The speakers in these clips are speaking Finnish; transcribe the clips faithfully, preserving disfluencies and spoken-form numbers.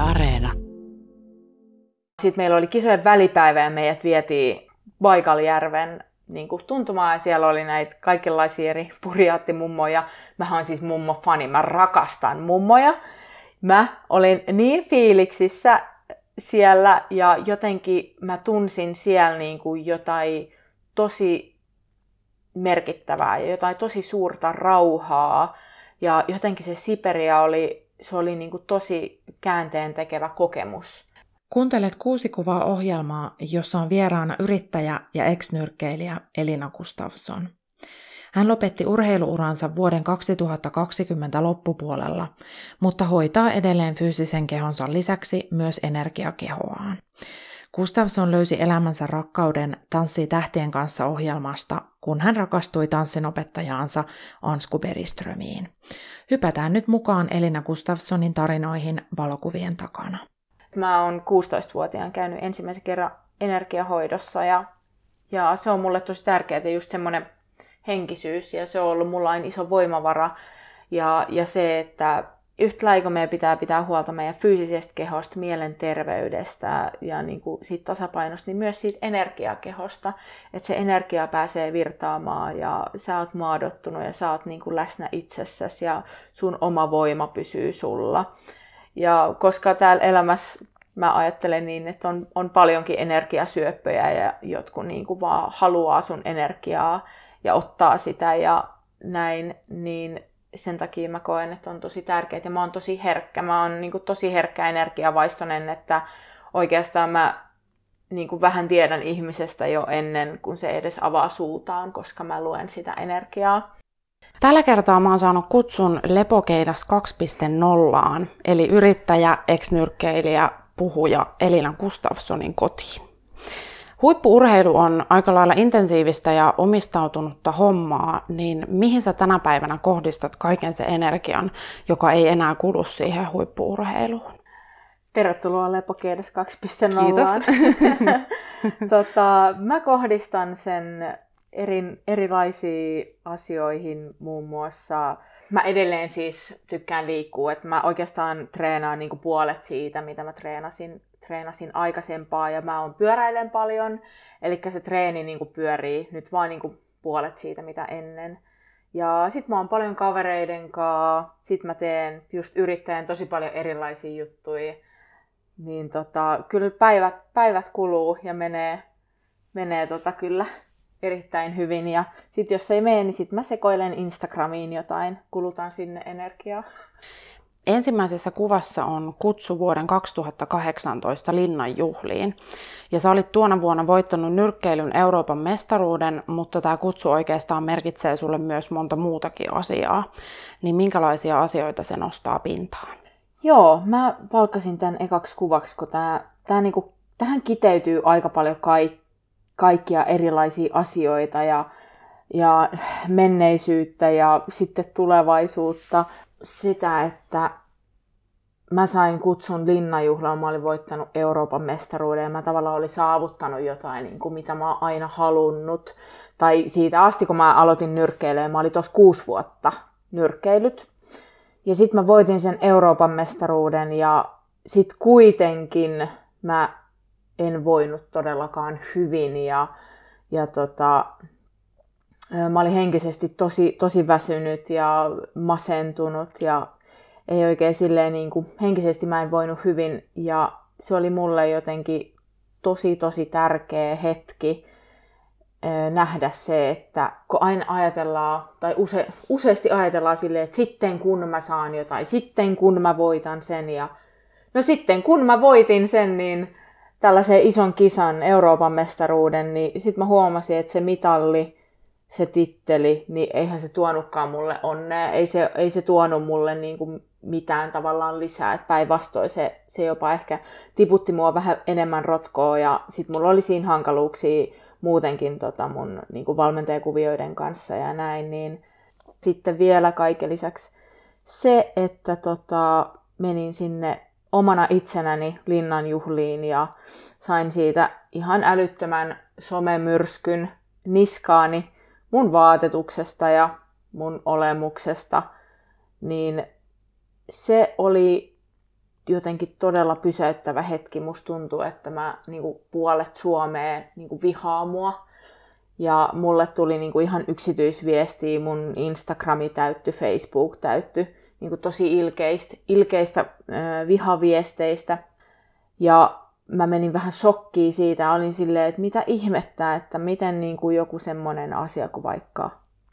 Areena. Sitten meillä oli kisojen välipäivä ja meidät vietiin Baikaljärven niin kuin tuntumaan ja siellä oli näitä kaikenlaisia eri puriaattimummoja. Mähän olen siis mummo-fani, mä rakastan mummoja. Mä olin niin fiiliksissä siellä ja jotenkin mä tunsin siellä niin kuin jotain tosi merkittävää ja jotain tosi suurta rauhaa. Ja jotenkin se Siperia oli, se oli niin kuin tosi käänteentekevä kokemus. Kuuntelet Kuusikuvaa-ohjelmaa, jossa on vieraana yrittäjä ja ex-nyrkkeilijä Elina Gustafsson. Hän lopetti urheiluuransa vuoden kaksituhattakaksikymmentä loppupuolella, mutta hoitaa edelleen fyysisen kehonsa lisäksi myös energiakehoaan. Gustafsson löysi elämänsä rakkauden Tanssii tähtien kanssa -ohjelmasta, kun hän rakastui tanssinopettajaansa Ansku Bergströmiin. Hypätään nyt mukaan Elina Gustafssonin tarinoihin valokuvien takana. Mä oon kuusitoistavuotiaan käynyt ensimmäisen kerran energiahoidossa ja, ja se on mulle tosi tärkeää, just semmoinen henkisyys ja se on ollut mulla aina iso voimavara ja, ja se, että yhtä lailla meidän pitää pitää huolta meidän fyysisestä kehosta, mielenterveydestä ja niin kuin siitä tasapainosta, niin myös siitä energiakehosta, että se energia pääsee virtaamaan ja sä oot maadottunut ja sä oot niin kuin läsnä itsessäsi ja sun oma voima pysyy sulla. Ja koska täällä elämässä mä ajattelen niin, että on, on paljonkin energiasyöppöjä ja jotkut niin kuin vaan haluaa sun energiaa ja ottaa sitä ja näin, niin sen takia mä koen, että on tosi tärkeää ja mä oon tosi herkkä. Mä oon niin kuin tosi herkkä energiavaistoinen, että oikeastaan mä niin kuin vähän tiedän ihmisestä jo ennen kuin se edes avaa suutaan, koska mä luen sitä energiaa. Tällä kertaa mä oon saanut kutsun Lepokeidas kaksi piste nolla, eli yrittäjä, ex-nyrkkeilijä, puhuja Elina Gustafssonin kotiin. Huippu-urheilu on aika lailla intensiivistä ja omistautunutta hommaa, niin mihin sä tänä päivänä kohdistat kaiken sen energian, joka ei enää kulu siihen huippu-urheiluun? Tervetuloa Lepokeidas kaksi piste nolla. Kiitos. tota, mä kohdistan sen eri, erilaisiin asioihin, muun muassa. Mä edelleen siis tykkään liikkua, että mä oikeastaan treenaan niin kuin puolet siitä, mitä mä treenasin, treenasin aikaisempaa ja mä oon pyöräilen paljon, eli se treeni niin kuin pyörii nyt vaan niin kuin puolet siitä, mitä ennen. Ja sit mä oon paljon kavereiden kanssa, sit mä teen just yrittäjän tosi paljon erilaisia juttuja, niin tota, kyllä päivät, päivät kuluu ja menee, menee tota kyllä erittäin hyvin. Ja sit jos ei mene, niin sit mä sekoilen Instagramiin jotain, kulutan sinne energiaa. Ensimmäisessä kuvassa on kutsu vuoden kaksituhattakahdeksantoista Linnan juhliin. Ja sä olit tuona vuonna voittanut nyrkkeilyn Euroopan mestaruuden, mutta tämä kutsu oikeastaan merkitsee sulle myös monta muutakin asiaa. Niin minkälaisia asioita se nostaa pintaan? Joo, mä valkkasin tämän ekaksi kuvaksi, kun tää, tää niinku, tähän kiteytyy aika paljon kaikkea. kaikkia erilaisia asioita ja, ja menneisyyttä ja sitten tulevaisuutta. Sitä, että mä sain kutsun Linnanjuhlaan, mä olin voittanut Euroopan mestaruuden ja mä tavallaan olin saavuttanut jotain, niin kuin mitä mä oon aina halunnut. Tai siitä asti, kun mä aloitin nyrkkeilemään, mä olin tuossa kuusi vuotta nyrkkeilyt. Ja sitten mä voitin sen Euroopan mestaruuden ja sitten kuitenkin mä en voinut todellakaan hyvin ja, ja tota, mä olin henkisesti tosi, tosi väsynyt ja masentunut ja ei oikein silleen niin kuin, henkisesti mä en voinut hyvin ja se oli mulle jotenkin tosi tosi tärkeä hetki nähdä se, että kun aina ajatellaan tai use, useasti ajatellaan silleen, että sitten kun mä saan jotain, sitten kun mä voitan sen ja no sitten kun mä voitin sen, niin tällaisen ison kisan, Euroopan mestaruuden, niin sitten mä huomasin, että se mitalli, se titteli, niin eihän se tuonutkaan mulle onnea. Ei se, ei se tuonut mulle niin kuin mitään tavallaan lisää. Päinvastoin se, se jopa ehkä tiputti mua vähän enemmän rotkoa ja sitten mulla oli siinä hankaluuksia muutenkin tota mun niin kuin valmentajakuvioiden kanssa ja näin. Niin sitten vielä kaiken lisäksi se, että tota, menin sinne omana itsenäni Linnan juhliin ja sain siitä ihan älyttömän somemyrskyn niskaani mun vaatetuksesta ja mun olemuksesta, niin se oli jotenkin todella pysäyttävä hetki. Musta tuntuu, että mä niin kuin puolet Suomea niin kuin vihaa mua. Ja mulle tuli niin kuin ihan yksityisviestiä, mun Instagrami täytty, Facebook täytty niin kuin tosi ilkeistä, ilkeistä äh, vihaviesteistä. Ja mä menin vähän shokkiin siitä, olin silleen, että mitä ihmettä, että miten niin kuin joku semmoinen asia kuin vaikka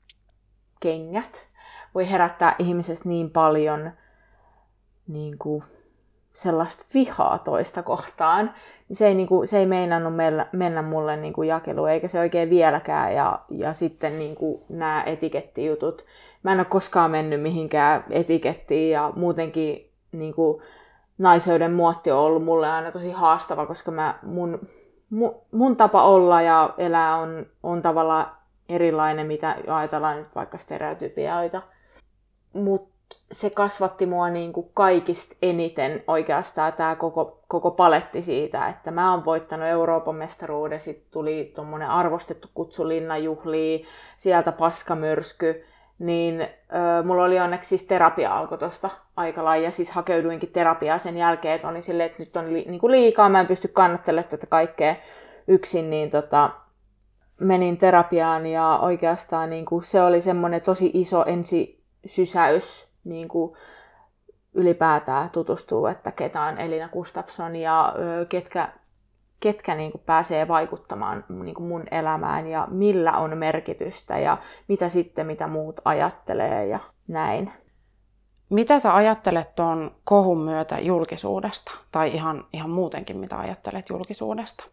kengät voi herättää ihmisessä niin paljon niin kuin sellaista vihaa toista kohtaan. Se ei, niin kuin, se ei meinannut mennä, mennä mulle niin kuin jakeluun, eikä se oikein vieläkään. Ja, ja sitten niin kuin nämä etikettijutut. Mä en ole koskaan mennyt mihinkään etikettiin ja muutenkin niin kuin naiseuden muotti on ollut mulle aina tosi haastava, koska mä, mun, mun, mun tapa olla ja elää on, on tavallaan erilainen, mitä ajatellaan nyt vaikka stereotypioita. Mutta se kasvatti mua niin kuin kaikista eniten oikeastaan tämä koko, koko paletti siitä, että mä oon voittanut Euroopan mestaruuden, sitten tuli tommonen arvostettu kutsu Linnanjuhliin, sieltä paskamyrsky, niin ö, mulla oli onneksi siis terapia alkoi tosta aika lailla, ja siis hakeuduinkin terapiaan sen jälkeen, että olin silleen, että nyt on li, niin kuin liikaa, mä en pysty kannattelemaan tätä kaikkea yksin, niin tota, menin terapiaan, ja oikeastaan niin kuin se oli semmoinen tosi iso ensisysäys, niin kuin ylipäätään tutustuu, että ketä on Elina Gustafsson ja ö, ketkä, ketkä niin kuin pääsee vaikuttamaan niin kuin mun elämään ja millä on merkitystä ja mitä sitten, mitä muut ajattelee ja näin. Mitä sä ajattelet tuon kohun myötä julkisuudesta? Tai ihan, ihan muutenkin, mitä ajattelet julkisuudesta?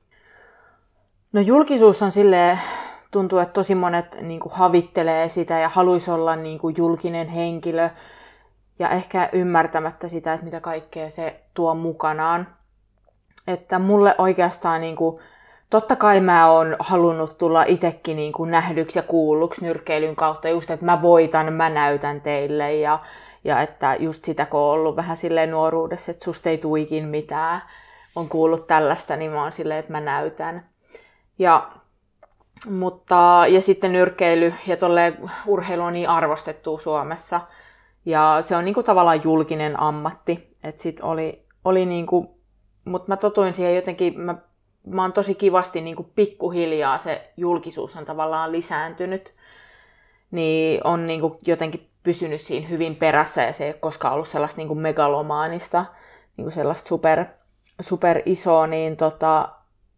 No julkisuus on silleen, tuntuu, että tosi monet niin kuin havittelee sitä ja haluaisi olla niin kuin julkinen henkilö. Ja ehkä ymmärtämättä sitä, että mitä kaikkea se tuo mukanaan. Että mulle oikeastaan, niin kuin, totta kai mä oon halunnut tulla itsekin niin kuin nähdyksi ja kuulluksi nyrkkeilyn kautta. Just, että mä voitan, mä näytän teille. Ja, ja että just sitä, kun on ollut vähän silleen nuoruudessa, että susta ei tule ikin mitään. On kuullut tällaista, niin mä oon silleen, että mä näytän. Ja, mutta, ja sitten nyrkkeily ja tolleen urheilu on niin arvostettu Suomessa. Ja se on niinku tavallaan julkinen ammatti, että sit oli, oli niinku, mutta mä totuin siihen jotenkin, mä, mä oon tosi kivasti niinku pikkuhiljaa se julkisuus on tavallaan lisääntynyt, niin on niinku jotenkin pysynyt siinä hyvin perässä ja se ei ole koskaan ollut sellaista niinku megalomaanista, niinku sellaista super, super isoa, niin tota,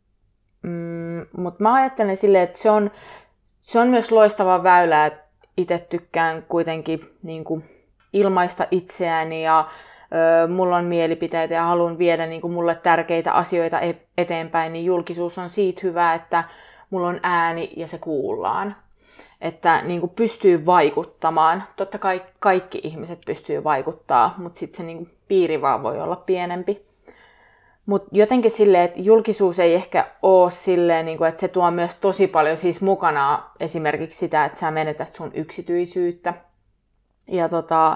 mm, mutta mä ajattelen silleen, että se on, se on myös loistava väylä, että itse tykkään kuitenkin niinku ilmaista itseäni ja ö, mulla on mielipiteitä ja haluan viedä niin kuin mulle tärkeitä asioita eteenpäin, niin julkisuus on siitä hyvä, että mulla on ääni ja se kuullaan. Että niin kuin pystyy vaikuttamaan. Totta kai kaikki ihmiset pystyy vaikuttaa, mutta sitten se niin kuin piiri vaan voi olla pienempi. Mutta jotenkin silleen, että julkisuus ei ehkä ole silleen, niin kuin, että se tuo myös tosi paljon siis mukana esimerkiksi sitä, että sä menetät sun yksityisyyttä. Ja tota,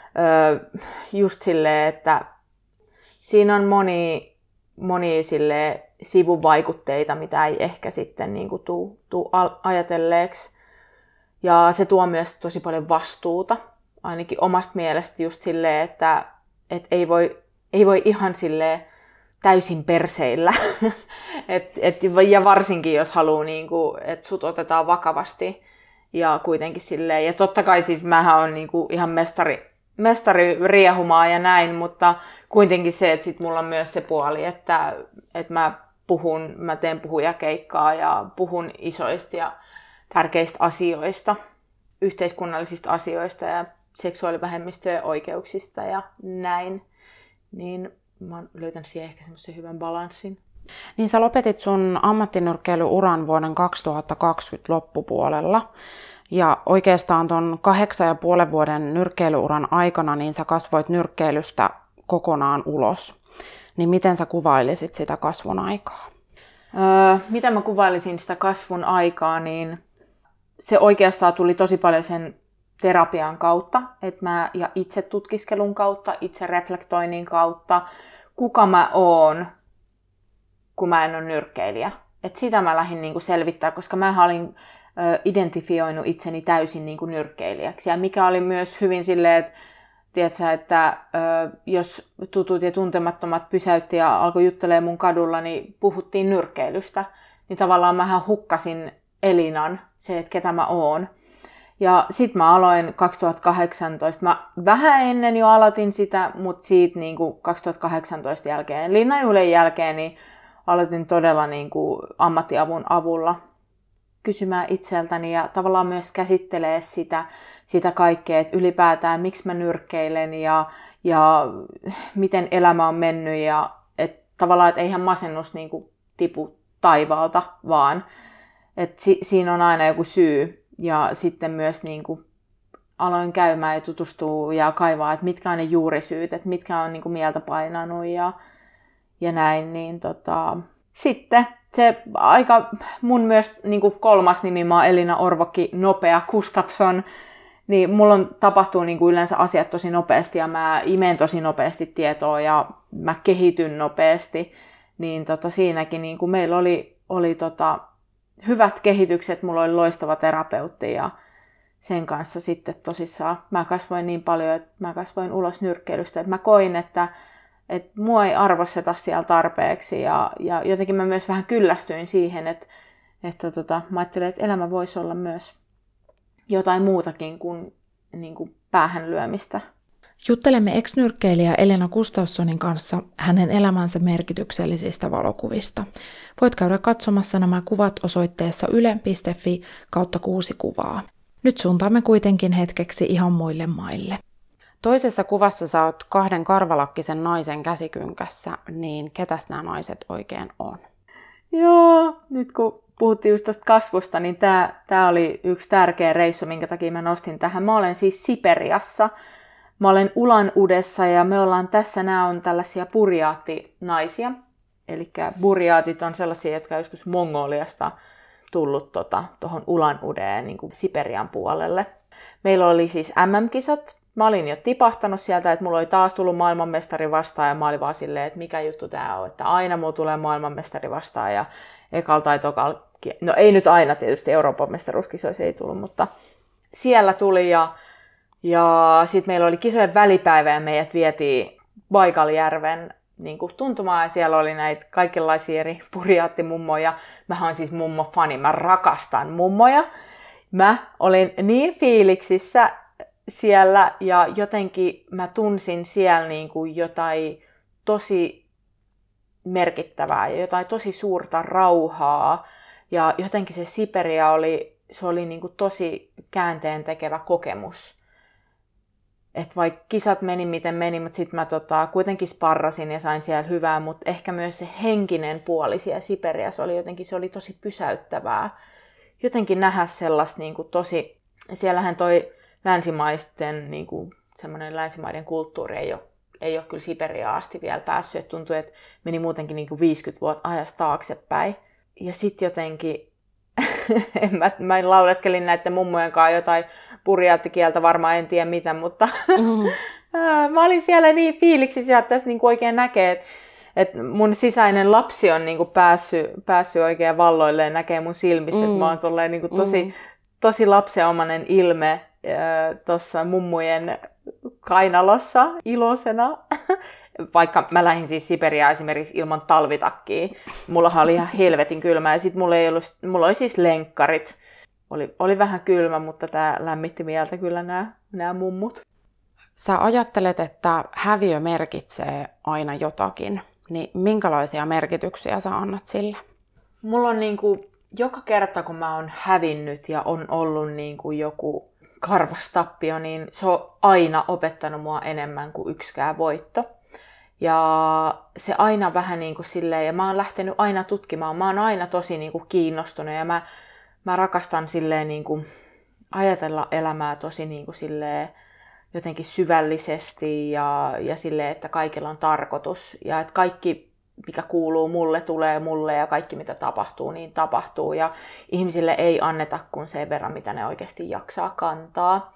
just silleen, että siinä on moni, moni silleen sivuvaikutteita, mitä ei ehkä sitten niin kuin tuu, tuu ajatelleeksi. Ja se tuo myös tosi paljon vastuuta, ainakin omasta mielestä just silleen, että et ei, voi, ei voi ihan silleen täysin perseillä. et, et, ja varsinkin, jos haluaa, niin kuin, että sut otetaan vakavasti. Ja kuitenkin silleen, ja totta kai siis mähän on niinku ihan mestari, mestari riehumaa ja näin, mutta kuitenkin se, että sit mulla on myös se puoli, että, että mä puhun, mä teen puhujakeikkaa ja puhun isoista ja tärkeistä asioista, yhteiskunnallisista asioista ja seksuaalivähemmistöjen oikeuksista ja näin, niin mä löytän siihen ehkä semmoisen hyvän balanssin. Niin sä lopetit sun ammattinyrkkeilyuran vuoden kaksituhattakaksikymmentä loppupuolella. Ja oikeastaan ton kahdeksan ja puolen vuoden nyrkkeilyuran aikana niin sä kasvoit nyrkkeilystä kokonaan ulos. Niin miten sä kuvailisit sitä kasvun aikaa? Öö, miten mä kuvailisin sitä kasvun aikaa, niin se oikeastaan tuli tosi paljon sen terapian kautta, että mä, ja itse tutkiskelun kautta, itse reflektoinnin kautta, kuka mä oon, kun mä en ole nyrkkeilijä. Et sitä mä lähdin niinku selvittää, koska mä olin ö, identifioinut itseni täysin niinku nyrkkeilijäksi. Ja mikä oli myös hyvin silleen, että tiedätkö, että ö, jos tutut ja tuntemattomat pysäytti ja alkoi juttelemaan mun kadulla, niin puhuttiin nyrkkeilystä. Niin tavallaan mähän hukkasin Elinan, se, että ketä mä oon. Ja sit mä aloin kaksituhattakahdeksantoista. Mä vähän ennen jo aloitin sitä, mutta siitä niin kuin kaksituhattakahdeksantoista jälkeen, Linnajuhlien jälkeen, niin aloitin todella niin kuin ammattiavun avulla kysymään itseltäni ja tavallaan myös käsittelee sitä, sitä kaikkea, että ylipäätään miksi mä nyrkkeilen ja, ja miten elämä on mennyt ja että tavallaan, että eihän masennus niin kuin tipu taivaalta, vaan että si- siinä on aina joku syy. Ja sitten myös niin kuin aloin käymään ja tutustua ja kaivaa, että mitkä on ne juurisyyt, että mitkä on niin kuin mieltä painanut ja, ja näin. Niin tota, sitten se aika mun myös niin kuin kolmas nimi, mä oon Elina Orvokki Nopea Gustafsson, niin mulla on, tapahtuu niin kuin yleensä asiat tosi nopeasti ja mä imen tosi nopeasti tietoa ja mä kehityn nopeasti. Niin tota, siinäkin niin kuin meillä oli, oli tota, hyvät kehitykset, mulla oli loistava terapeutti ja sen kanssa sitten tosissaan mä kasvoin niin paljon, että mä kasvoin ulos nyrkkeilystä, että mä koin, että, että mua ei arvosteta siellä tarpeeksi ja, ja jotenkin mä myös vähän kyllästyin siihen, että, että tota, mä ajattelin, että elämä voisi olla myös jotain muutakin kuin, niin kuin päähän lyömistä. Juttelemme ex-nyrkkeilijä Elina Gustafssonin kanssa hänen elämänsä merkityksellisistä valokuvista. Voit käydä katsomassa nämä kuvat osoitteessa yle piste fi kautta kuusi kuvaa. Nyt suuntaamme kuitenkin hetkeksi ihan muille maille. Toisessa kuvassa sä oot kahden karvalakkisen naisen käsikynkässä, niin ketäs nämä naiset oikein on? Joo, nyt kun puhuttiin just tuosta kasvusta, niin tää, tää oli yksi tärkeä reissu, minkä takia mä nostin tähän. Mä olen siis Siperiassa. Mä olen Ulan-Udessa ja me ollaan tässä, nämä on tällaisia burjaattinaisia. Eli burjaatit on sellaisia, jotka on joskus Mongoliasta tullut tuohon tota, Ulan-Udeen niin kuin Siperian puolelle. Meillä oli siis äm äm-kisat. Mä olin jo tipahtanut sieltä, että mulla oli taas tullut maailmanmestari vastaan ja mä olin vaan silleen, että mikä juttu tää on, että aina mulla tulee maailmanmestari vastaan ja ekal tai tokal, no ei nyt aina tietysti Euroopan mestaruuskisoissa ei tullut, mutta siellä tuli ja Ja sitten meillä oli kisojen välipäivä ja meidät vietiin Baikaljärven niin kuin tuntumaan ja siellä oli näitä kaikenlaisia eri burjaattimummoja. Mähän olen siis mummo-fani, mä rakastan mummoja. Mä olin niin fiiliksissä siellä ja jotenkin mä tunsin siellä niin kuin jotain tosi merkittävää ja jotain tosi suurta rauhaa. Ja jotenkin se Siperia oli, se oli niin kuin tosi käänteentekevä kokemus. Että vaikka kisat meni miten meni, mutta sitten mä tota, kuitenkin sparrasin ja sain siellä hyvää, mutta ehkä myös se henkinen puoli siellä Siperiassa oli jotenkin, se oli tosi pysäyttävää. Jotenkin nähdä sellaista niin kuin tosi, siellähän toi länsimaisten, niin kuin semmoinen länsimaiden kulttuuri ei ole, ei ole kyllä Siperiaan asti vielä päässyt, että tuntui, että meni muutenkin niin kuin viisikymmentä vuotta ajasta taaksepäin. Ja sitten jotenkin, mä, mä lauleskelin näiden mummojen kanssa jotain burjaattikieltä, varmaan en tiedä mitä, mutta mm-hmm. mä olin siellä niin fiiliksissä, että tässä niinku oikein näkee, että, että mun sisäinen lapsi on niinku päässyt, päässyt oikein valloilleen, näkee mun silmissä, mm. että mä oon niinku tosi, mm. tosi lapsenomainen ilme tuossa mummujen kainalossa iloisena. Vaikka mä lähdin siis Siperiaan esimerkiksi ilman talvitakkia. Mullahan oli ihan helvetin kylmä ja sit mulla, ei ollut, mulla oli siis lenkkarit. Oli, oli vähän kylmä, mutta tää lämmitti mieltä kyllä nämä, nämä mummut. Sä ajattelet, että häviö merkitsee aina jotakin. Niin minkälaisia merkityksiä sä annat sille? Mulla on niinku, joka kerta kun mä oon hävinnyt ja on ollut niinku joku karvastappio, niin se on aina opettanut mua enemmän kuin yksikään voitto. Ja se aina vähän niin kuin silleen, ja mä oon lähtenyt aina tutkimaan, mä oon aina tosi niin kuin kiinnostunut ja mä, mä rakastan silleen niin kuin ajatella elämää tosi niin kuin silleen jotenkin syvällisesti ja, ja silleen, että kaikilla on tarkoitus ja että kaikki mikä kuuluu mulle tulee mulle ja kaikki mitä tapahtuu niin tapahtuu ja ihmisille ei anneta kuin sen verran mitä ne oikeasti jaksaa kantaa.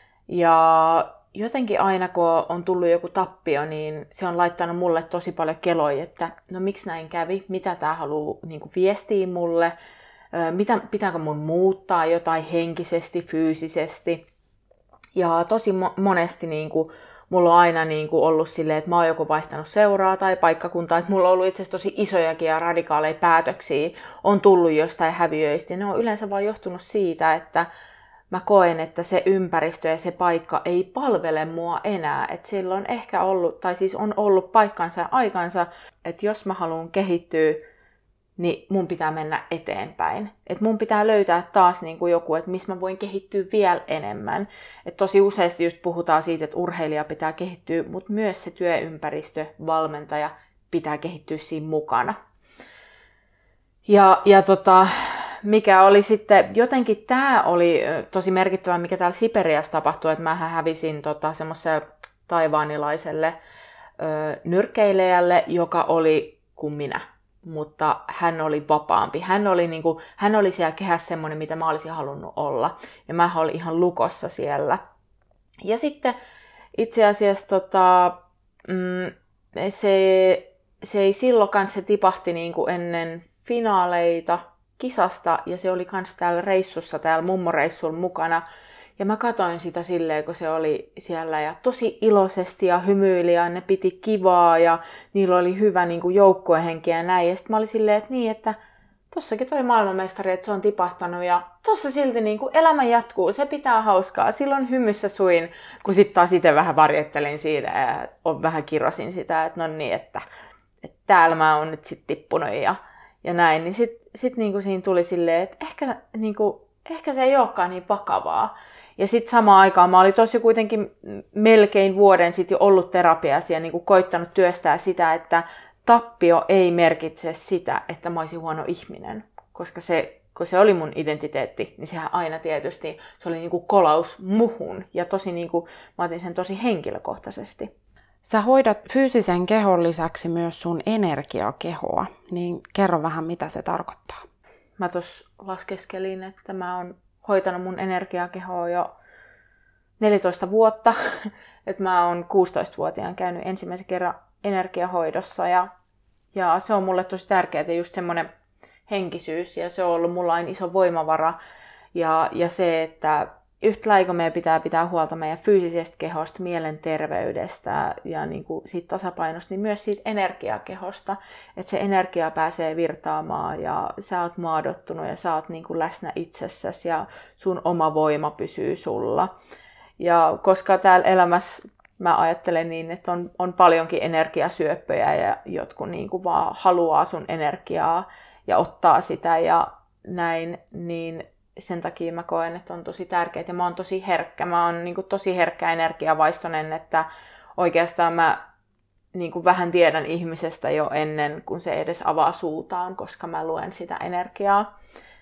Ja jotenkin aina kun on tullut joku tappio, niin se on laittanut mulle tosi paljon keloja, että no miksi näin kävi, mitä tää haluaa niin kuin viestiä mulle, mitä, pitääkö mun muuttaa jotain henkisesti, fyysisesti. Ja tosi monesti niin kuin mulla on aina niin kuin ollut silleen, että mä oon joko vaihtanut seuraa tai paikkakuntaa, että mulla on ollut itse asiassa tosi isojakin ja radikaaleja päätöksiä, on tullut jostain häviöistä, ja ne on yleensä vaan johtunut siitä, että mä koen, että se ympäristö ja se paikka ei palvele mua enää, että sillä on ehkä ollut, tai siis on ollut paikkansa ja aikansa, että jos mä haluan kehittyä, niin mun pitää mennä eteenpäin. Että mun pitää löytää taas niin kuin joku, että missä mä voin kehittyä vielä enemmän. Et tosi useasti just puhutaan siitä, että urheilija pitää kehittyä, mutta myös se työympäristö, valmentaja pitää kehittyä siinä mukana. Ja, ja tota, mikä oli sitten, jotenkin tämä oli tosi merkittävä, mikä täällä Siperiassa tapahtui, että mä hävisin tota, semmoiselle taivaanilaiselle ö, nyrkkeilijälle, joka oli kuin minä. Mutta hän oli vapaampi. Hän oli, niin kuin, hän oli siellä kehässä semmoinen, mitä mä olisin halunnut olla. Ja mä olin ihan lukossa siellä. Ja sitten itse asiassa tota, mm, se, se ei silloinkaan, se tipahti niin kuin ennen finaaleita kisasta. Ja se oli kans täällä reissussa, täällä mummoreissulla mukana. Ja mä katoin sitä silleen, kun se oli siellä ja tosi iloisesti ja hymyili ja ne piti kivaa ja niillä oli hyvä niin kuin joukkuehenki ja näin. Ja sitten mä olin silleen, että niin, että tossakin toi maailmanmestari, että se on tipahtanut ja tossa silti niin kuin elämä jatkuu, se pitää hauskaa. Silloin hymyssä suin, kun sitten taas itse vähän varjettelin siitä ja vähän kirosin sitä, että no niin, että, että täällä mä oon nyt sitten tippunut ja, ja näin. Niin sitten sit niin kuin siinä tuli silleen, että ehkä, niin kuin, ehkä se ei olekaan niin vakavaa. Ja sitten samaan aikaan mä olin tossa kuitenkin melkein vuoden sitten jo ollut terapiassa ja niin kuin koittanut työstää sitä, että tappio ei merkitse sitä, että mä olisin huono ihminen. Koska se, kun se oli mun identiteetti, niin sehän aina tietysti, se oli niin kuin kolaus muhun. Ja tosi niin kuin, mä otin sen tosi henkilökohtaisesti. Sä hoidat fyysisen kehon lisäksi myös sun energiakehoa, niin kerro vähän mitä se tarkoittaa. Mä tuossa laskeskelin, että mä oon hoitanut mun energiakehoa jo neljätoista vuotta. Että mä oon kuusitoistavuotiaan käynyt ensimmäisen kerran energiahoidossa ja, ja se on mulle tosi tärkeää, just semmoinen henkisyys ja se on ollut mulla aina iso voimavara. Ja, ja se, että yhtä lailla meidän pitää pitää huolta meidän fyysisestä kehosta, mielenterveydestä ja niin kuin siitä tasapainosta, niin myös siitä energiakehosta, että se energia pääsee virtaamaan ja sä oot maadottunut ja sä oot niin kuin läsnä itsessäsi ja sun oma voima pysyy sulla. Ja koska täällä elämässä mä ajattelen niin, että on, on paljonkin energiasyöppöjä ja jotkut niin kuin vaan haluaa sun energiaa ja ottaa sitä ja näin, niin sen takia mä koen, että on tosi tärkeää ja mä oon tosi herkkä. Mä oon niin kuin tosi herkkä energiavaistoinen, että oikeastaan mä niin kuin vähän tiedän ihmisestä jo ennen kuin se edes avaa suutaan, koska mä luen sitä energiaa.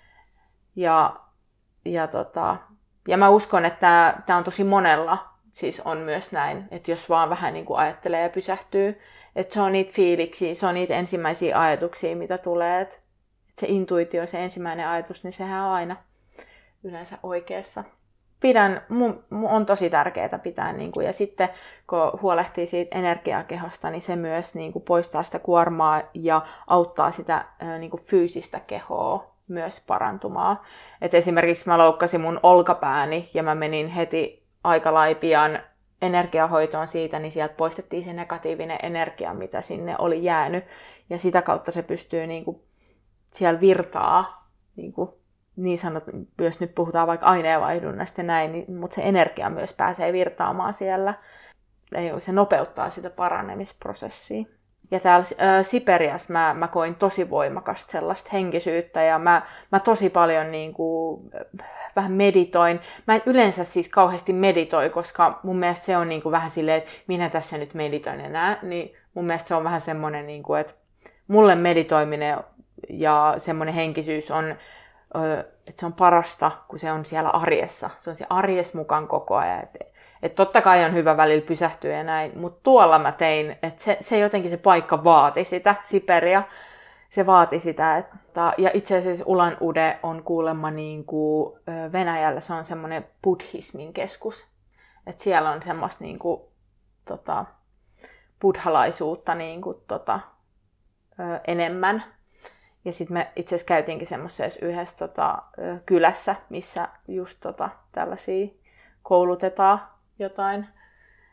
Ja, ja, tota, ja mä uskon, että tämä on tosi monella, siis on myös näin, että jos vaan vähän niin kuin ajattelee ja pysähtyy, että se on niitä fiiliksiä, se on niitä ensimmäisiä ajatuksia, mitä tulee, että se intuitio, se ensimmäinen ajatus, niin sehän on aina yleensä oikeassa. Pidän, mun, mun on tosi tärkeää pitää, niin kuin, ja sitten kun huolehtii siitä energiakehosta, niin se myös niin kuin, poistaa sitä kuormaa ja auttaa sitä niin kuin, fyysistä kehoa myös parantumaan. Et esimerkiksi mä loukkasin mun olkapääni ja mä menin heti aika laipian energiahoitoon siitä, niin sieltä poistettiin se negatiivinen energia, mitä sinne oli jäänyt, ja sitä kautta se pystyy niin kuin, siellä virtaa niin kuin, niin sanot, jos nyt puhutaan vaikka aineenvaihdunnasta ja näin, niin, mutta se energia myös pääsee virtaamaan siellä. Se nopeuttaa sitä paranemisprosessia. Ja täällä ä, Siperiassa mä, mä koin tosi voimakasta sellaista henkisyyttä ja mä, mä tosi paljon niin kuin, vähän meditoin. Mä en yleensä siis kauheasti meditoi, koska mun mielestä se on niin kuin, vähän silleen, että minä tässä nyt meditoin enää. Niin mun mielestä se on vähän semmoinen, niin kuin, että mulle meditoiminen ja semmoinen henkisyys on, että se on parasta, kun se on siellä arjessa. Se on se arjes mukaan koko ajan. Että et totta kai on hyvä välillä pysähtyä ja näin, mutta tuolla mä tein, että se, se jotenkin se paikka vaati sitä, Siperia, se vaati sitä. Että, ja itse asiassa Ulan Ude on kuulemma niin kuin Venäjällä, se on semmoinen buddhismin keskus. Että siellä on semmoista niin kuin, tota, buddhalaisuutta niin kuin, tota, enemmän. Ja sitten me itse asiassa käytiinkin semmoisessa yhdessä tota, kylässä, missä just tota, tällaisia koulutetaan jotain.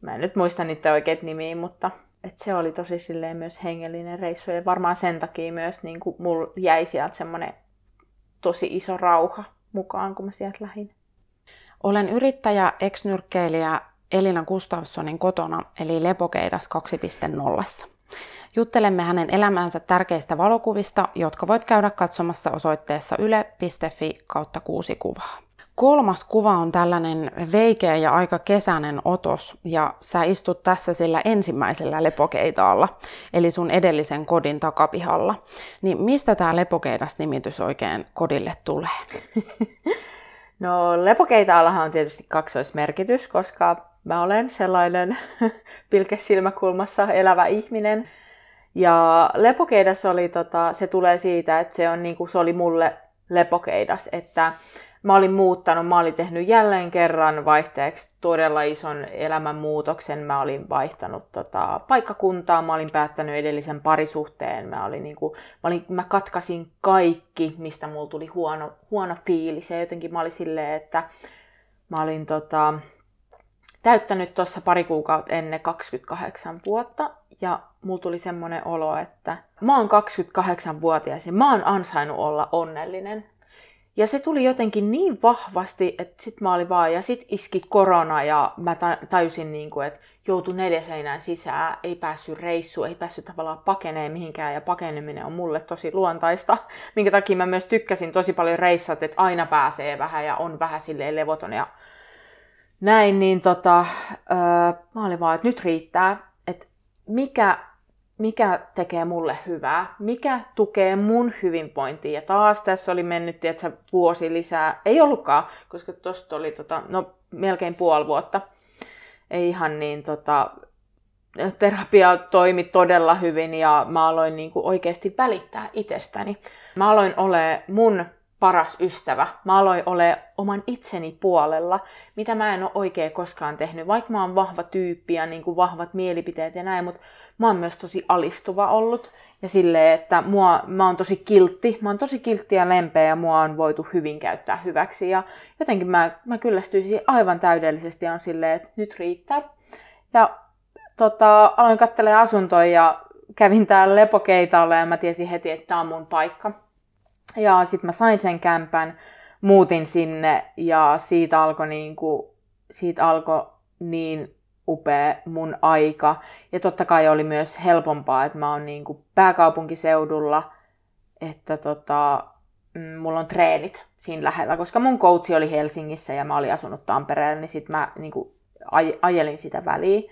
Mä en nyt muista niitä oikeita nimiä, mutta et se oli tosi silleen myös hengellinen reissu. Ja varmaan sen takia myös niin kuin mulla jäi sieltä semmoinen tosi iso rauha mukaan, kun mä sieltä lähdin. Olen yrittäjä, ex-nyrkkeilijä Elina Gustafssonin kotona, eli Lepokeidas kaksi piste nolla. Juttelemme hänen elämänsä tärkeistä valokuvista, jotka voit käydä katsomassa osoitteessa yle piste fi kautta kuusi kuvaa. Kolmas kuva on tällainen veikeä ja aika kesäinen otos, ja sä istut tässä sillä ensimmäisellä Lepokeitaalla, eli sun edellisen kodin takapihalla. Niin mistä tää Lepokeidas-nimitys oikein kodille tulee? No Lepokeitaallahan on tietysti kaksoismerkitys, koska mä olen sellainen pilkesilmäkulmassa elävä ihminen. Ja Lepokeidas oli, tota, se tulee siitä, että se, on, niin kuin, se oli mulle Lepokeidas, että mä olin muuttanut, mä olin tehnyt jälleen kerran vaihteeksi todella ison elämänmuutoksen. Mä olin vaihtanut tota, paikkakuntaa, mä olin päättänyt edellisen parisuhteen, mä, olin, niin kuin, mä, olin, mä katkasin kaikki, mistä mulla tuli huono, huono fiilis. Ja jotenkin mä olin silleen, että mä olin tota, täyttänyt tuossa pari kuukautta ennen kaksikymmentäkahdeksan vuotta. Ja mulla tuli semmoinen olo, että mä oon kaksikymmentäkahdeksanvuotias ja mä oon ansainnut olla onnellinen. Ja se tuli jotenkin niin vahvasti, että sit mä olin vaan, ja sit iski korona ja mä tajusin, niin kuin, että joutui neljä seinään sisään, ei päässyt reissuun, ei päässyt tavallaan pakeneen mihinkään, ja pakeneminen on mulle tosi luontaista, minkä takia mä myös tykkäsin tosi paljon reissat, että aina pääsee vähän ja on vähän silleen levoton ja näin, niin tota, öö, mä olin vaan, että nyt riittää, että mikä... mikä tekee mulle hyvää, mikä tukee mun hyvinvointia. Ja taas tässä oli mennyt, tietsä, vuosi lisää. Ei ollutkaan, koska tosta oli tota, no, melkein puoli vuotta. Ei ihan niin, tota, terapia toimi todella hyvin ja mä aloin niin kuin oikeasti välittää itsestäni. Mä aloin olemaan mun paras ystävä. Mä aloin olemaan oman itseni puolella, mitä mä en ole oikein koskaan tehnyt. Vaikka mä oon vahva tyyppi ja niin kuin vahvat mielipiteet ja näin, mutta mä oon myös tosi alistuva ollut. Ja silleen, että mua, mä oon tosi kiltti. Mä oon tosi kiltti ja lempeä ja mua on voitu hyvin käyttää hyväksi. Ja jotenkin mä, mä kyllästyisin aivan täydellisesti ja on silleen, että nyt riittää. Ja tota, aloin katselemaan asuntoja ja kävin täällä Lepokeitaalla ja mä tiesin heti, että tää on mun paikka. Ja sitten mä sain sen kämpän, muutin sinne ja siitä alkoi niinku, siitä alkoi niin upea mun aika. Ja totta kai oli myös helpompaa, että mä oon niinku pääkaupunkiseudulla, että tota, mm, mulla on treenit siinä lähellä, koska mun coachi oli Helsingissä ja mä olin asunut Tampereella, niin sit mä niinku aj- ajelin sitä väliä.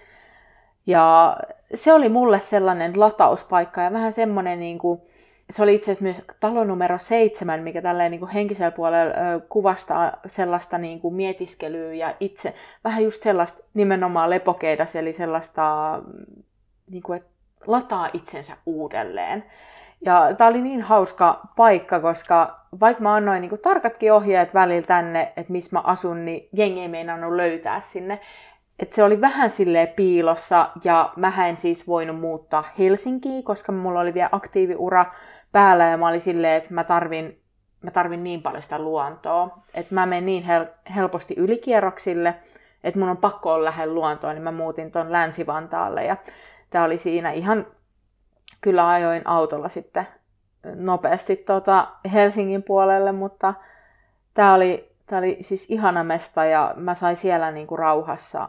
Ja se oli mulle sellainen latauspaikka ja vähän semmonen niinku, se oli itse asiassa myös talo numero seitsemän, mikä tälleen niin kuin henkisellä puolella ö, kuvastaa sellaista niin kuin mietiskelyä ja itse, vähän just sellaista nimenomaan Lepokeidas, eli sellaista, niin kuin, että lataa itsensä uudelleen. Ja tää oli niin hauska paikka, koska vaikka mä annoin niin kuin tarkatkin ohjeet välillä tänne, että missä mä asun, niin jengi ei meinannut löytää sinne. Et se oli vähän silleen piilossa ja mä en siis voinut muuttaa Helsinkiin, koska mulla oli vielä aktiiviura päällä ja mä olin silleen, että mä tarvin, mä tarvin niin paljon sitä luontoa. Että mä menen niin hel- helposti ylikierroksille, että mun on pakko olla lähellä luontoa, niin mä muutin ton Länsi-Vantaalle. Ja tää oli siinä ihan, kyllä ajoin autolla sitten nopeasti tuota Helsingin puolelle, mutta tää oli, tää oli siis ihana mesta ja mä sain siellä niinku rauhassa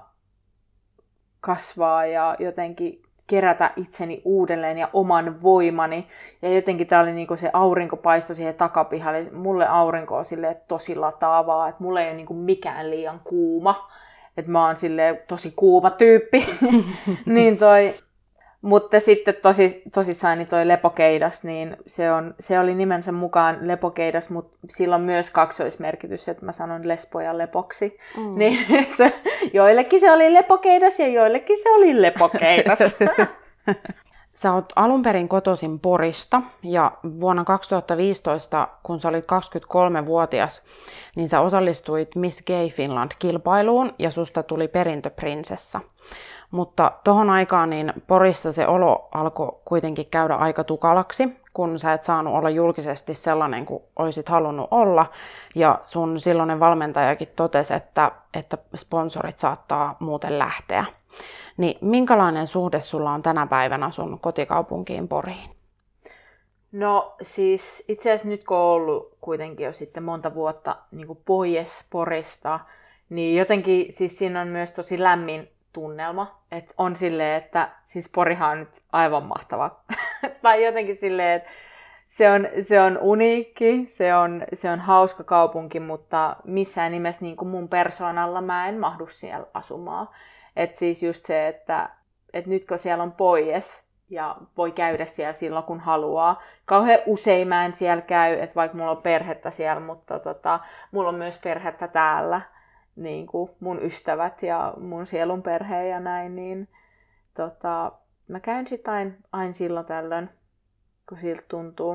kasvaa ja jotenkin kerätä itseni uudelleen ja oman voimani. Ja jotenkin tää oli niinku se aurinkopaisto siihen takapihalle. Mulle aurinko on silleen tosi lataavaa, että mulle ei ole niinku mikään liian kuuma. Että mä oon silleen tosi kuuma tyyppi. niin toi... Mutta sitten tosi, tosissaan niin toi Lepokeidas, niin se, on, se oli nimensä mukaan Lepokeidas, mutta sillä on myös kaksoismerkitys, että mä sanon lesbo ja lepoksi. Mm. Niin se, joillekin se oli Lepokeidas ja joillekin se oli Lepokeidas. Sä oot alun perin kotoisin Porista ja vuonna kaksituhattaviisitoista, kun sä olit kaksikymmentäkolmevuotias, niin sä osallistuit Miss Gay Finland-kilpailuun ja susta tuli perintöprinsessa. Mutta tohon aikaan niin Porissa se olo alkoi kuitenkin käydä aika tukalaksi, kun sä et saanut olla julkisesti sellainen kuin olisit halunnut olla. Ja sun silloinen valmentajakin totesi, että, että sponsorit saattaa muuten lähteä. Niin minkälainen suhde sulla on tänä päivänä sun kotikaupunkiin Poriin? No siis itse asiassa nyt kun on ollut kuitenkin jo sitten monta vuotta niin kuin pois Porista, niin jotenkin siis siinä on myös tosi lämmin tunnelma. Että on silleen, että siis Porihan on nyt aivan mahtava. Tai jotenkin silleen, että se on, se on uniikki, se on, se on hauska kaupunki, mutta missään nimessä niin kuin mun persoonalla mä en mahdu siellä asumaan. Että siis just se, että, että nyt kun siellä on pois ja voi käydä siellä silloin kun haluaa. Kauhean usein mä en siellä käy, että vaikka mulla on perhettä siellä, mutta tota, mulla on myös perhettä täällä. Niin kuin mun ystävät ja mun sielun perhe ja näin, niin tota, mä käyn sitten aina ain silloin tällöin, kun siltä tuntuu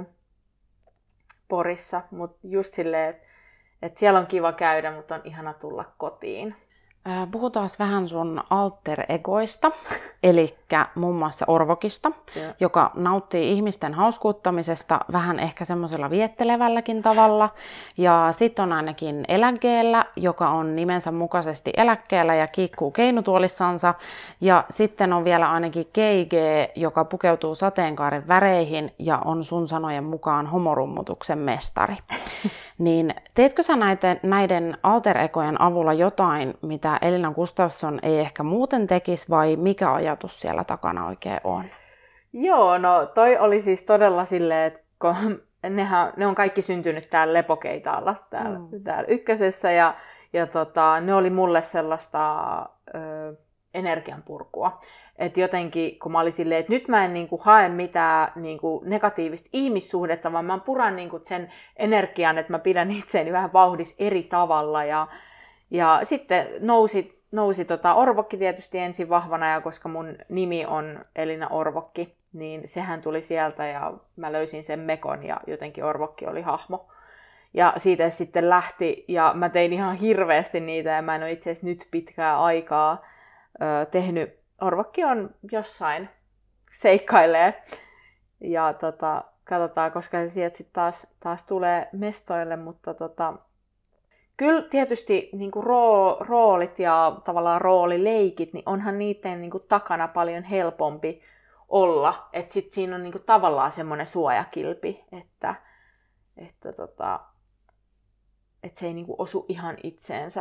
Porissa. Mutta just silleen, että et siellä on kiva käydä, mutta on ihana tulla kotiin. Puhutaan vähän sun alter-egoista, eli muun muassa Orvokista, yeah. joka nauttii ihmisten hauskuuttamisesta vähän ehkä semmoisella viettelevälläkin tavalla. Ja sitten on ainakin Elägeellä, joka on nimensä mukaisesti eläkkeellä ja kiikkuu keinutuolissansa. Ja sitten on vielä ainakin Keige, joka pukeutuu sateenkaaren väreihin ja on sun sanojen mukaan homorummutuksen mestari. Niin teetkö sä näiden, näiden alter-egojen avulla jotain, mitä Elina Gustafsson ei ehkä muuten tekisi, vai mikä ajatus siellä takana oikein on? Joo, no toi oli siis todella silleen, että kun nehän, ne on kaikki syntynyt täällä Lepokeitaalla, täällä, mm. täällä ykkösessä, ja, ja tota, ne oli mulle sellaista ö, energianpurkua. Että jotenkin, kun mä olin silleen, että nyt mä en niinku hae mitään niinku negatiivista ihmissuhdetta, vaan mä puran niinku sen energian, että mä pidän itseäni vähän vauhdissa eri tavalla. Ja, ja sitten nousi, nousi tota Orvokki tietysti ensin vahvana, ja koska mun nimi on Elina Orvokki, niin sehän tuli sieltä ja mä löysin sen mekon ja jotenkin Orvokki oli hahmo. Ja siitä sitten lähti ja mä tein ihan hirveästi niitä ja mä en ole itse asiassa nyt pitkää aikaa ö, tehnyt. Orvokki on jossain seikkailee ja tota, katsotaan, koska se sieltä sitten taas, taas tulee mestoille, mutta tota, kyllä tietysti niinku roo, roolit ja tavallaan roolileikit, niin onhan niiden niinku takana paljon helpompi olla, että sitten siinä on niinku tavallaan semmoinen suojakilpi, että, että, tota, että se ei niinku osu ihan itseensä.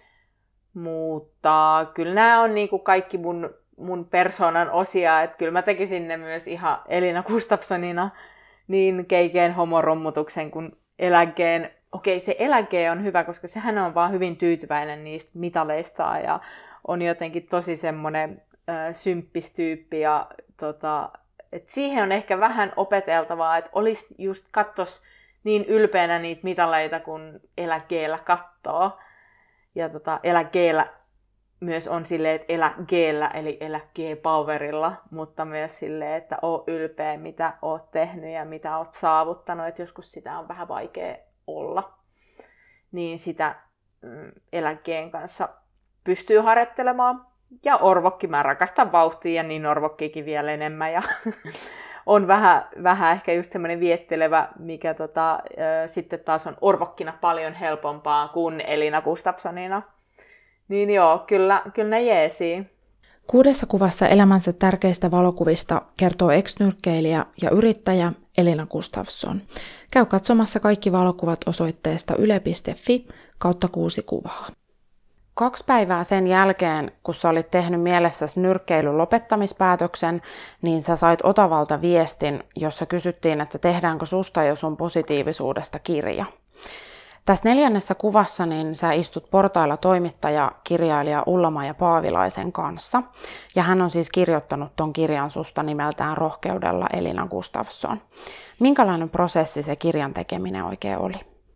Mutta kyllä nämä on niinku kaikki mun, mun persoonan osia, että kyllä mä tekisin ne myös ihan Elina Gustafssonina, niin Keikeen homorummutuksen kuin Elägeen. Okei, se Eläge on hyvä, koska sehän on vaan hyvin tyytyväinen niistä mitaleistaan ja on jotenkin tosi semmoinen äh, symppistyyppi ja tota, et siihen on ehkä vähän opeteltavaa, että olisi just kattos niin ylpeänä niitä mitaleita, kun Elägeellä kattoo. Ja tota, Elägeellä myös on silleen, että elä G:llä, eli elä G-powerilla, mutta myös silleen, että oo ylpeä, mitä oot tehnyt ja mitä oot saavuttanut, että joskus sitä on vähän vaikea olla. Niin sitä mm, elä G:n kanssa pystyy harjoittelemaan. Ja Orvokki, mä rakastan vauhtia ja niin Orvokkiikin vielä enemmän. Ja on vähän, vähän ehkä just semmoinen viettelevä, mikä tota, äh, sitten taas on Orvokkina paljon helpompaa kuin Elina Gustafssonina. Niin joo, kyllä, kyllä ne jeesii. Kuudessa kuvassa elämänsä tärkeistä valokuvista kertoo ex-nyrkkeilijä ja yrittäjä Elina Gustafsson. Käy katsomassa kaikki valokuvat osoitteesta yle piste fi kautta kuusi kuvaa. Kaksi päivää sen jälkeen, kun sä olit tehnyt mielessäsi nyrkkeilyn lopettamispäätöksen, niin sä sait Otavalta viestin, jossa kysyttiin, että tehdäänkö susta jo sun positiivisuudesta kirja. Tässä neljännessä kuvassa niin sä istut portailla toimittaja, kirjailija Ulla-Maija Paavilaisen kanssa. Ja hän on siis kirjoittanut ton kirjan susta nimeltään Rohkeudella Elina Gustafsson. Minkälainen prosessi se kirjan tekeminen oikein oli?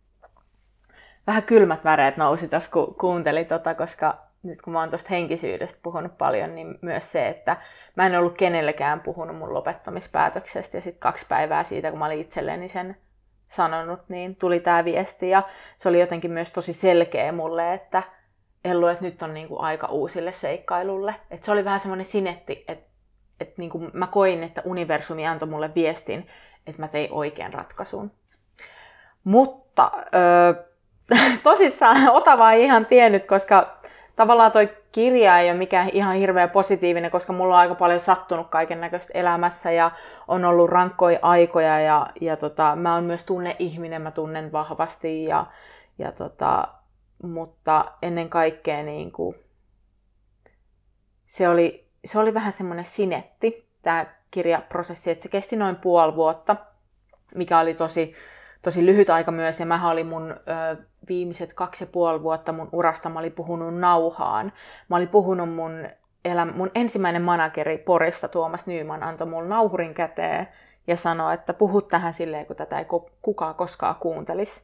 Vähän kylmät väreet nousi tuossa, kun kuuntelin tota, koska nyt kun mä oon tuosta henkisyydestä puhunut paljon, niin myös se, että mä en ollut kenellekään puhunut mun lopettamispäätöksestä. Ja sitten kaksi päivää siitä, kun mä olin itselleni sen sanonut, niin tuli tää viesti. Ja se oli jotenkin myös tosi selkeä mulle, että Ellu, että nyt on niinku aika uusille seikkailulle. Et se oli vähän semmoinen sinetti, että et niinku mä koin, että universumi antoi mulle viestin, että mä tein oikean ratkaisun. Mutta Öö, tosissaan Otava ei ihan tiennyt, koska tavallaan toi kirja ei ole mikään ihan hirveän positiivinen, koska mulla on aika paljon sattunut kaiken näköistä elämässä ja on ollut rankkoja aikoja ja, ja tota, mä oon myös tunneihminen, mä tunnen vahvasti ja, ja tota, mutta ennen kaikkea niin kuin, se, oli, se oli vähän semmoinen sinetti, tämä kirjaprosessi, että se kesti noin puoli vuotta, mikä oli tosi, tosi lyhyt aika myös, ja mä olin mun ö, viimeiset kaksi ja puoli vuotta mun urasta, mä olin puhunut nauhaan. Mä olin puhunut mun, elä, mun ensimmäinen manageri Porista, Tuomas Nyman, antoi mulle nauhurin käteen ja sanoi, että puhu tähän silleen, kun tätä ei kukaan koskaan kuuntelisi.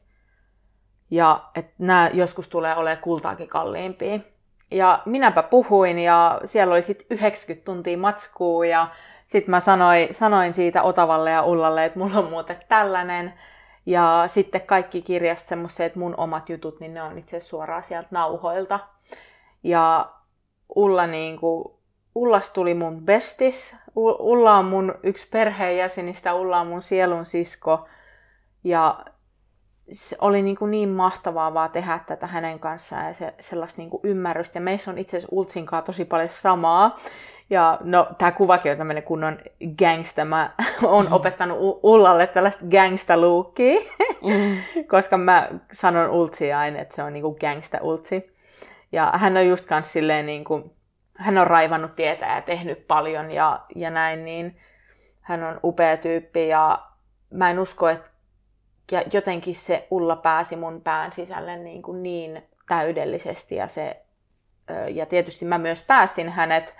Ja että nämä joskus tulee olemaan kultaakin kalliimpia. Ja minäpä puhuin, ja siellä oli sitten yhdeksänkymmentä tuntia matskua, ja sitten mä sanoin, sanoin siitä Otavalle ja Ullalle, että mulla on muuten tällainen. Ja sitten kaikki kirjasta semmoiset mun omat jutut, niin ne on itse asiassa suoraan sieltä nauhoilta. Ja Ulla niinku, Ullas tuli mun bestis. Ulla on mun yksi perheenjäsenistä, Ulla on mun sielun sisko. Ja se oli niin, kuin niin mahtavaa vaan tehdä tätä hänen kanssaan ja se, sellaista niin kuin ymmärrystä. Ja meissä on itse asiassa Ultsin kanssa tosi paljon samaa. Ja no, tää kuvakin on tämmönen kunnon gangsta. Mä oon mm. opettanut Ullalle tällaista gangsta-luukkia, mm. koska mä sanon Ultsia aina, että se on niinku gangsta-Ultsi. Ja hän on just kans silleen niinku, hän on raivannut tietä ja tehnyt paljon ja, ja näin, niin hän on upea tyyppi ja mä en usko, että ja jotenkin se Ulla pääsi mun pään sisälle niin, kuin niin täydellisesti ja, se, ja tietysti mä myös päästin hänet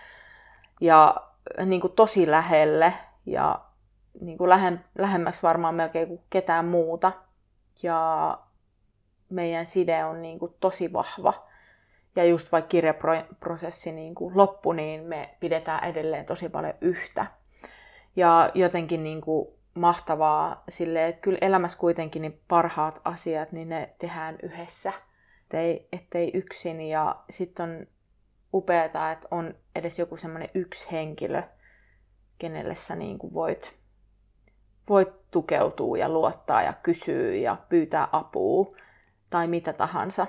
ja niin kuin tosi lähelle ja niin kuin lähemmäksi varmaan melkein kuin ketään muuta. Ja meidän side on niin kuin tosi vahva. Ja just vaikka kirjaprosessi niin kuin loppui, niin me pidetään edelleen tosi paljon yhtä. Ja jotenkin niin kuin mahtavaa silleen, että kyllä elämässä kuitenkin niin parhaat asiat, niin ne tehdään yhdessä, ettei, ettei yksin. Ja sitten on upeaa, että on edes joku semmoinen yksi henkilö, kenelle sä niin kuin voit, voit tukeutua ja luottaa ja kysyä ja pyytää apua tai mitä tahansa.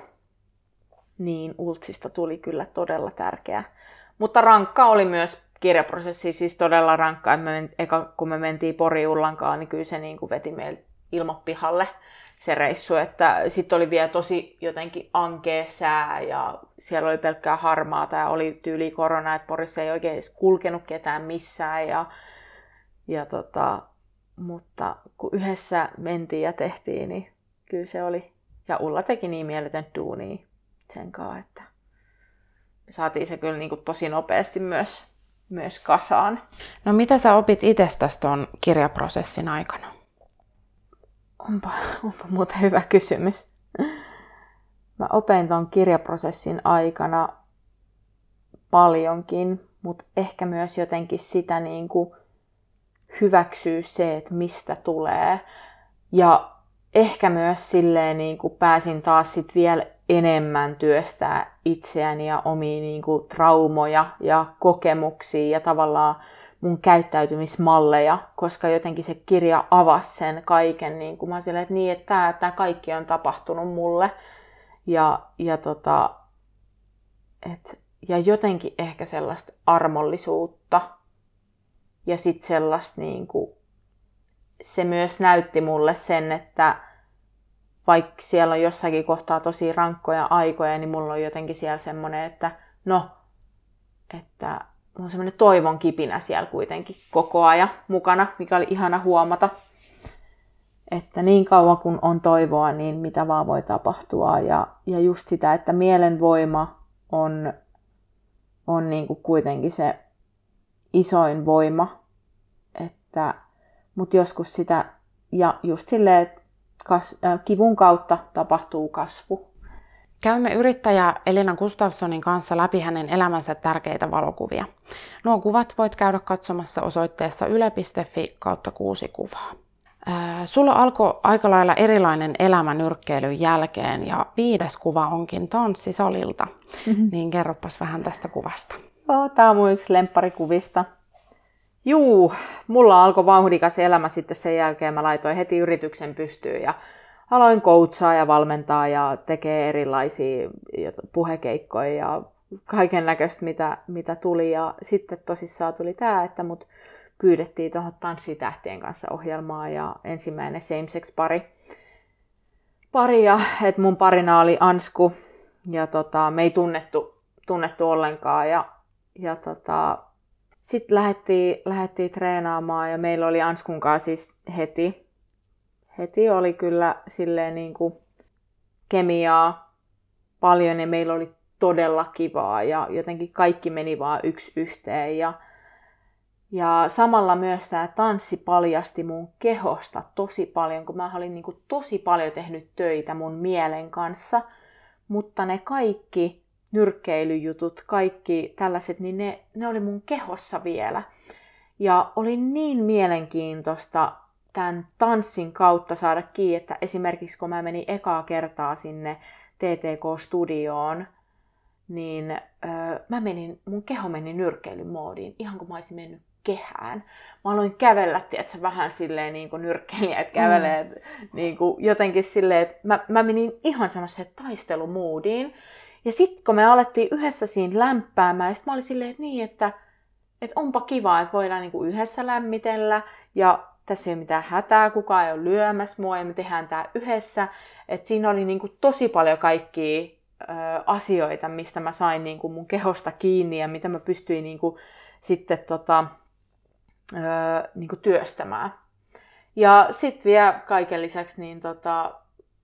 Niin Ultsista tuli kyllä todella tärkeä. Mutta rankka oli myös kirjaprosessi, siis todella rankka. Me, eka, kun me mentiin Poriin Ullankaan, niin kyllä se niin kuin veti meille ilmapihalle se reissu. Sitten oli vielä tosi jotenkin ankea sää ja siellä oli pelkkää harmaata ja oli tyyli korona, että Porissa ei oikein edes kulkenut ketään missään. Ja, ja tota, mutta kun yhdessä mentiin ja tehtiin, niin kyllä se oli. Ja Ulla teki niin mieletön duunia sen kanssa, että me saatiin se kyllä niin kuin tosi nopeasti myös, myös kasaan. No mitä sä opit itsestäsi tuon kirjaprosessin aikana? Onpa, onpa muuten hyvä kysymys. Mä opin tuon kirjaprosessin aikana paljonkin, mutta ehkä myös jotenkin sitä niin kuin hyväksyä se, että mistä tulee. Ja ehkä myös silleen niin kuin pääsin taas sit vielä enemmän työstää itseäni ja omia niin kuin traumoja ja kokemuksia ja tavallaan mun käyttäytymismalleja, koska jotenkin se kirja avasi sen kaiken. Niin kuin mä silleen, että niin, että tämä, tämä kaikki on tapahtunut mulle. Ja, ja, tota, et, ja jotenkin ehkä sellaista armollisuutta ja sitten sellaista, niin kuin, se myös näytti mulle sen, että vaikka siellä on jossakin kohtaa tosi rankkoja aikoja, niin mulla on jotenkin siellä semmoinen, että no, että mulla on semmoinen toivon kipinä siellä kuitenkin koko ajan mukana, mikä oli ihana huomata. Että niin kauan kun on toivoa, niin mitä vaan voi tapahtua. Ja, ja just sitä, että mielenvoima on, on niin kuin kuitenkin se isoin voima. Että, mutta joskus sitä, ja just silleen, että kas, äh, kivun kautta tapahtuu kasvu. Käymme yrittäjä Elina Gustafssonin kanssa läpi hänen elämänsä tärkeitä valokuvia. Nuo kuvat voit käydä katsomassa osoitteessa yle piste fi kautta kuusi kuvaa. Ää, sulla alkoi aika lailla erilainen elämä nyrkkeilyn jälkeen ja viides kuva onkin tanssisalilta. Mm-hmm. Niin kerropas vähän tästä kuvasta. Oh, tää on mun yksi lempparikuvista. Juu, mulla alkoi vauhdikas elämä sitten sen jälkeen. Mä laitoin heti yrityksen pystyyn ja aloin coachaa ja valmentaa ja tekee erilaisia puhekeikkoja ja kaiken näköistä, mitä, mitä tuli. Ja sitten tosissaan tuli tämä, että mut pyydettiin tuohon Tanssitähtien kanssa ohjelmaa ja ensimmäinen same-sex-pari. Pari ja, että mun parina oli Ansku ja tota, me ei tunnettu, tunnettu ollenkaan. Ja, ja tota, sitten lähdettiin, lähdettiin treenaamaan ja meillä oli Anskun kanssa siis heti. Heti oli kyllä silleen niin kuin kemiaa paljon ja meillä oli todella kivaa ja jotenkin kaikki meni vaan yksi yhteen. Ja, ja samalla myös tämä tanssi paljasti mun kehosta tosi paljon, kun mä olin niin kuin tosi paljon tehnyt töitä mun mielen kanssa, mutta ne kaikki nyrkkeilyjutut, kaikki tällaiset, niin ne, ne oli mun kehossa vielä. Ja oli niin mielenkiintoista tämän tanssin kautta saada kiinni, että esimerkiksi kun mä menin ekaa kertaa sinne T T K-studioon, niin öö, mä menin, mun keho meni nyrkkeilymoodiin, ihan kuin mä olisin mennyt kehään. Mä aloin kävellä, tiedätkö, vähän silleen niin kuin nyrkkeilijät kävelee, mm. niin kuin jotenkin silleen, että mä, mä menin ihan semmoiseen taistelumuudiin. Ja sitten kun me alettiin yhdessä siinä lämpäämään, ja sit mä olin silleen, että niin, että, että onpa kiva, että voidaan niin kuin yhdessä lämmitellä, ja tässä ei ole mitään hätää, kukaan ei ole lyömässä mua, ja me tehdään tää yhdessä. Että siinä oli niin kuin tosi paljon kaikkia ö, asioita, mistä mä sain niin kuin mun kehosta kiinni, ja mitä mä pystyin niin kuin sitten tota, ö, niin kuin työstämään. Ja sitten vielä kaiken lisäksi niin tota,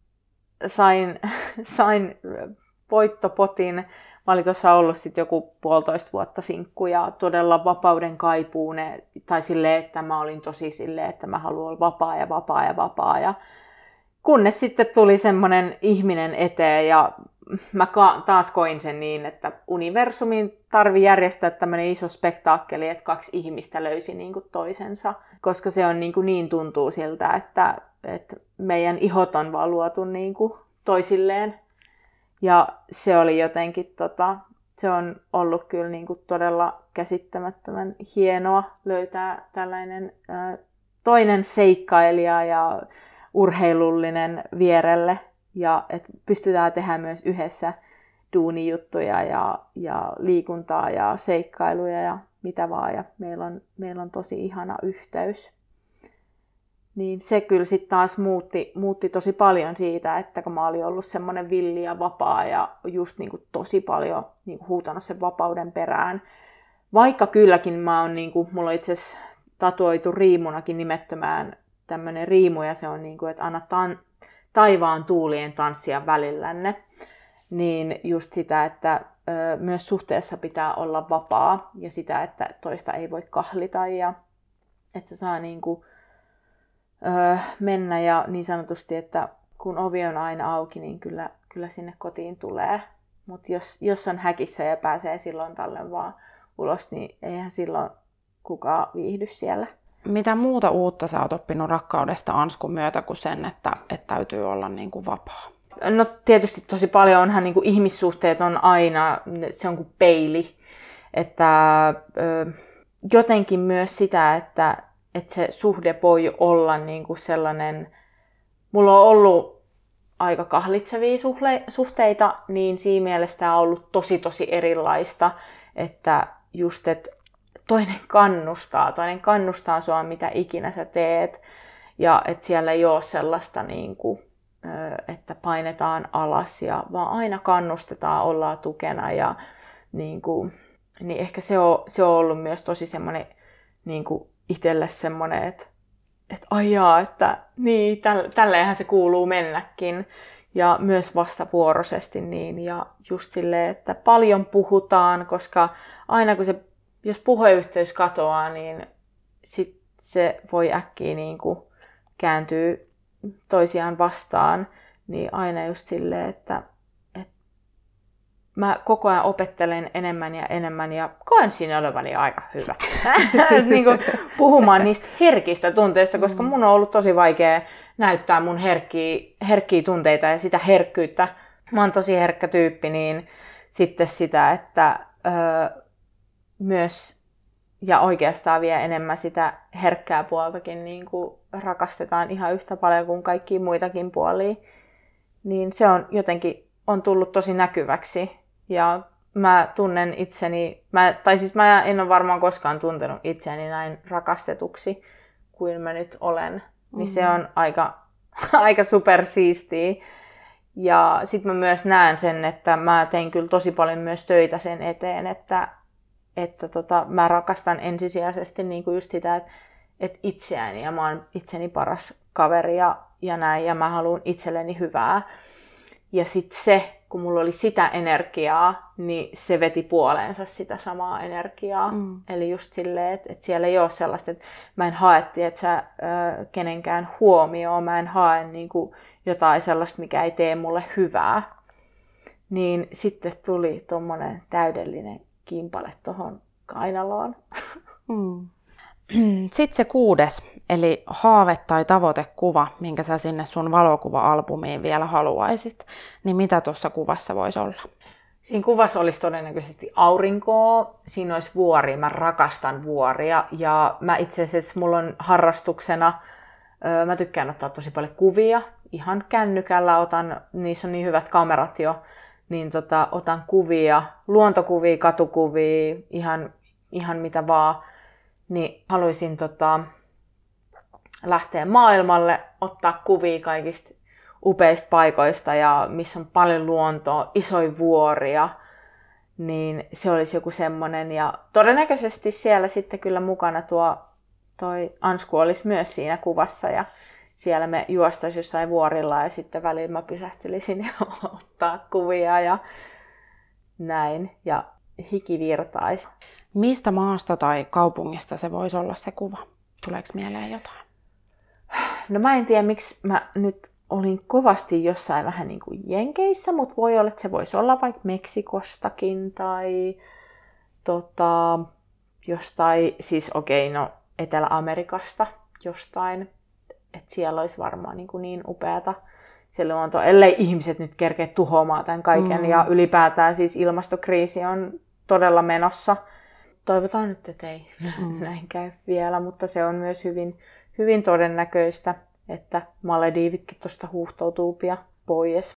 sain, sain voittopotin. Mä olin tuossa ollut sitten joku puolitoista vuotta sinkku ja todella vapauden kaipuune. Tai silleen, että mä olin tosi silleen, että mä haluan olla vapaa ja vapaa ja vapaa. Ja kunnes sitten tuli semmoinen ihminen eteen ja mä taas koin sen niin, että universumin tarvii järjestää tämmöinen iso spektaakkeli, että kaksi ihmistä löysi niin kuin toisensa. Koska se on niin, kuin niin tuntuu siltä, että, että meidän ihot on vaan luotu niin kuin toisilleen. Ja se oli jotenkin, tota, se on ollut kyllä niin kuin todella käsittämättömän hienoa löytää tällainen ä, toinen seikkailija ja urheilullinen vierelle. Ja että pystytään tehdä myös yhdessä duunijuttuja ja, ja liikuntaa ja seikkailuja ja mitä vaan. Ja meillä on, meillä on tosi ihana yhteys. Niin se kyllä sitten taas muutti, muutti tosi paljon siitä, että kun mä olin ollut semmoinen villi ja vapaa ja just niin kuin tosi paljon niin kuin huutanut sen vapauden perään. Vaikka kylläkin mä oon, niin kuin, mulla on itse asiassa tatuoitu riimunakin nimettömään tämmöinen riimu ja se on niin kuin, että anna tan- taivaan tuulien tanssia välillänne. Niin just sitä, että ö, myös suhteessa pitää olla vapaa ja sitä, että toista ei voi kahlita ja että se saa niin kuin Öö, mennä ja niin sanotusti, että kun ovi on aina auki, niin kyllä, kyllä sinne kotiin tulee. Mutta jos, jos on häkissä ja pääsee silloin tällöin vaan ulos, niin eihän silloin kukaan viihdy siellä. Mitä muuta uutta sä oot oppinut rakkaudesta Anskun myötä kuin sen, että, että täytyy olla niin kuin vapaa? No tietysti tosi paljon onhan niin kuin ihmissuhteet on aina, se on kuin peili. Että ö, jotenkin myös sitä, että että se suhde voi olla niin kuin sellainen, mulla on ollut aika kahlitsevia suhle, suhteita, niin siinä mielessä tämä on ollut tosi tosi erilaista, että just, että toinen kannustaa, toinen kannustaa sua mitä ikinä sä teet, ja että siellä ei ole sellaista, niin kuin, että painetaan alas, ja vaan aina kannustetaan, ollaan tukena, ja niin kuin, niin ehkä se on, se on ollut myös tosi semmoinen niin kuin itselle semmoinen, että, että aijaa, että niin, tälleenhän se kuuluu mennäkin. Ja myös vastavuoroisesti niin. Ja just silleen, että paljon puhutaan, koska aina kun se, jos puheyhteys katoaa, niin sit se voi äkkiä niin kuin kääntyä toisiaan vastaan. Niin aina just silleen, että mä koko ajan opettelen enemmän ja enemmän ja koen siinä olevani aika hyvä. niin kuin puhumaan niistä herkistä tunteista, koska mun on ollut tosi vaikea näyttää mun herkkiä, herkkiä tunteita ja sitä herkkyyttä. Mä oon tosi herkkä tyyppi, niin sitten sitä, että öö, myös ja oikeastaan vielä enemmän sitä herkkää puoltakin niin kuin rakastetaan ihan yhtä paljon kuin kaikkia muitakin puolia. Niin se on jotenkin on tullut tosi näkyväksi. Ja mä tunnen itseni, mä, tai siis mä en ole varmaan koskaan tuntenut itseäni näin rakastetuksi kuin mä nyt olen. Mm-hmm. Niin se on aika, aika supersiistiä. Ja sit mä myös näen sen, että mä tein kyllä tosi paljon myös töitä sen eteen, että, että tota, mä rakastan ensisijaisesti niinku just sitä, että, että itseäni ja mä oon itseni paras kaveri ja, ja näin, ja mä haluan itselleni hyvää. Ja sitten se, kun mulla oli sitä energiaa, niin se veti puoleensa sitä samaa energiaa. Mm. Eli just silleen, että, että siellä ei ole sellaista, että mä en hae, että sä, äh, kenenkään huomioon, mä en hae niin kuin jotain sellaista, mikä ei tee mulle hyvää. Niin sitten tuli tommonen täydellinen kimpale tohon kainaloon. Mm. Sitten se kuudes, eli haave- tai tavoitekuva, minkä sä sinne sun valokuva-albumiin vielä haluaisit, niin mitä tuossa kuvassa voisi olla? Siinä kuvassa olisi todennäköisesti aurinkoa, siinä olisi vuori, mä rakastan vuoria ja mä itse asiassa, mulla on harrastuksena, mä tykkään ottaa tosi paljon kuvia, ihan kännykällä otan, niissä on niin hyvät kamerat jo, niin tota, otan kuvia, luontokuvia, katukuvia, ihan, ihan mitä vaan. Niin haluaisin tota, lähteä maailmalle, ottaa kuvia kaikista upeista paikoista ja missä on paljon luontoa, isoja vuoria, niin se olisi joku semmoinen. Ja todennäköisesti siellä sitten kyllä mukana tuo toi Ansku olisi myös siinä kuvassa ja siellä me juostaisiin jossain vuorilla ja sitten välillä mä pysähtelisin ja ottaa kuvia ja näin ja hiki virtaisi. Mistä maasta tai kaupungista se voisi olla se kuva? Tuleeko mieleen jotain? No mä en tiedä, miksi mä nyt olin kovasti jossain vähän niin kuin Jenkeissä, mutta voi olla, että se voisi olla vaikka Meksikostakin tai tota, jostain, siis okei, okay, no Etelä-Amerikasta jostain. Että siellä olisi varmaan niin, kuin niin upeata se luonto, ellei ihmiset nyt kerkeä tuhoamaan tämän kaiken. Mm. Ja ylipäätään siis ilmastokriisi on todella menossa. Toivotaan nyt, että ei mm. näin käy vielä, mutta se on myös hyvin, hyvin todennäköistä, että Malediivitkin tuosta huuhtoutuu pian pois.